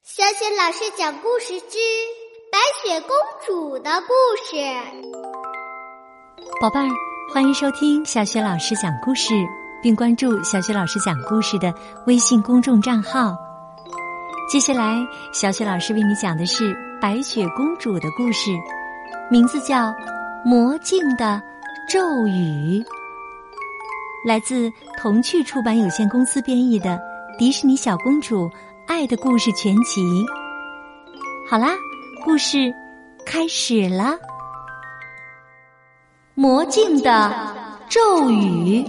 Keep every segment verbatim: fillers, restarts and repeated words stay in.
小雪老师讲故事之白雪公主的故事。 宝贝儿，欢迎收听小雪老师讲故事，并关注小雪老师讲故事的微信公众账号。接下来，小雪老师为你讲的是白雪公主的故事，名字叫《魔镜的咒语》，来自童趣出版有限公司编译的《迪士尼小公主爱的故事全集》。好啦，故事开始了。魔镜的咒语。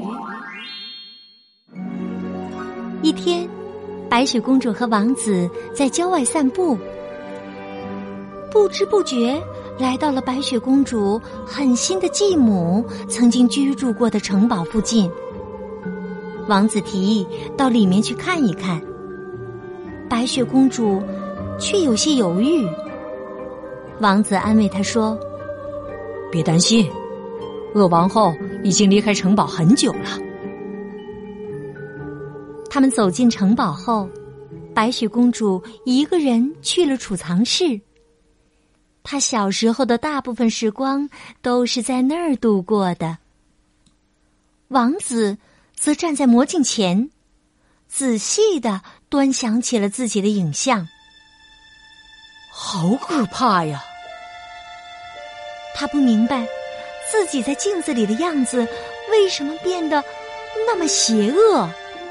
一天，白雪公主和王子在郊外散步，不知不觉来到了白雪公主狠心的继母曾经居住过的城堡附近。王子提议到里面去看一看，白雪公主却有些犹豫。王子安慰她说：“ 别担心，恶王后已经离开城堡很久了。” 他们走进城堡后，白雪公主一个人去了储藏室。她小时候的大部分时光都是在那儿度过的。王子则站在魔镜前，仔细地端详起了自己的影像。 好可怕呀！ 他不明白自己在镜子里的样子为什么变得那么邪恶。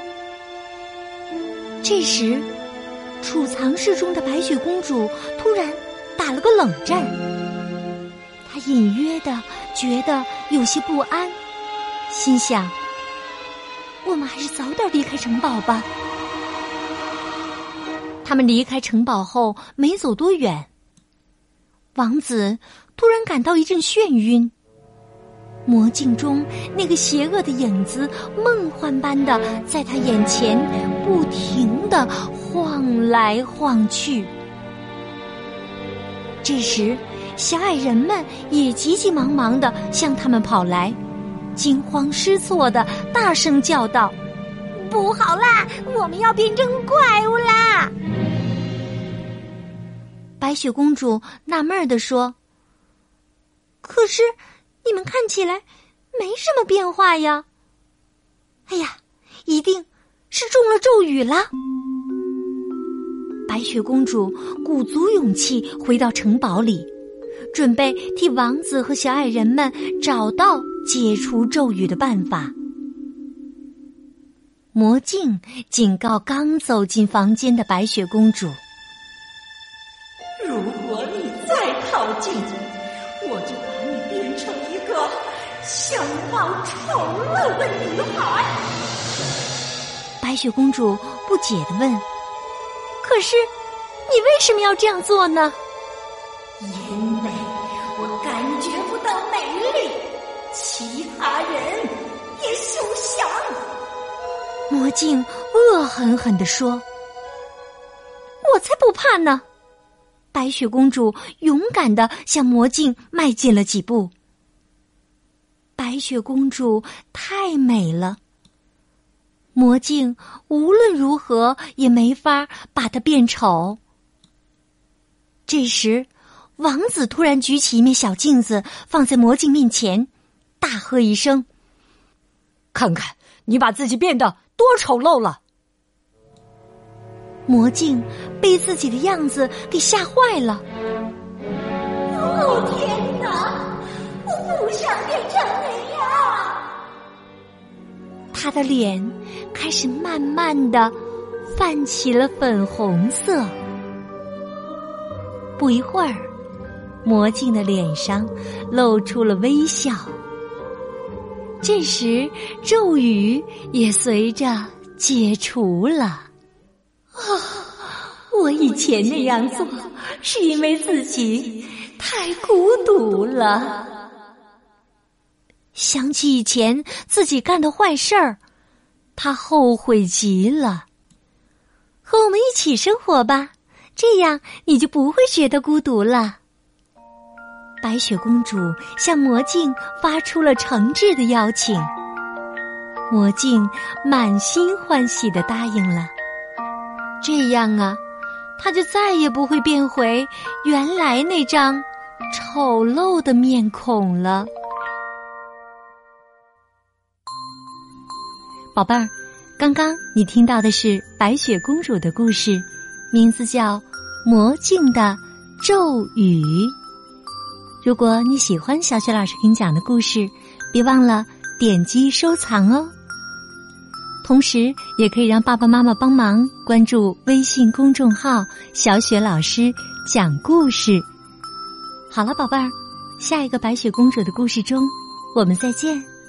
这时，储藏室中的白雪公主突然打了个冷战，她隐约地觉得有些不安，心想：我们还是早点离开城堡吧。他们离开城堡后没走多远，王子突然感到一阵眩晕，魔镜中那个邪恶的影子梦幻般的在他眼前不停地晃来晃去。这时，小矮人们也急急忙忙地向他们跑来，惊慌失措地大声叫道：“不好啦，我们要变成怪物啦！”白雪公主纳闷地说：“可是你们看起来没什么变化呀。”哎呀，一定是中了咒语了。白雪公主鼓足勇气回到城堡里，准备替王子和小矮人们找到解除咒语的办法。魔镜警告刚走进房间的白雪公主：“ 如果你再靠近，我就把你变成一个相貌丑陋的女孩。” 白雪公主不解地问：“可是你为什么要这样做呢？”“ 因为我感觉不到美丽，其他人也休想。” 魔镜恶狠狠地说。“我才不怕呢！”白雪公主勇敢地向魔镜迈进了几步。白雪公主太美了，魔镜无论如何也没法把她变丑。这时，王子突然举起一面小镜子放在魔镜面前，大喝一声：“ 看看你把自己变得多丑陋了！” 魔镜被自己的样子给吓坏了。 “哦天哪，我不想变成那样！” 他的脸开始慢慢地泛起了粉红色。不一会儿，魔镜的脸上露出了微笑。这时，咒语也随着解除了。啊，我以前那样做是因为自己太孤独了。想起以前自己干的坏事儿，他后悔极了。和我们一起生活吧，这样你就不会觉得孤独了。白雪公主向魔镜发出了诚挚的邀请，魔镜满心欢喜地答应了。这样啊， 她就再也不会变回原来那张丑陋的面孔了。宝贝儿，刚刚你听到的是白雪公主的故事，名字叫《魔镜的咒语》。如果你喜欢小雪老师给你讲的故事，别忘了点击收藏哦。同时也可以让爸爸妈妈帮忙关注微信公众号小雪老师讲故事。好了，宝贝儿，下一个白雪公主的故事中我们再见。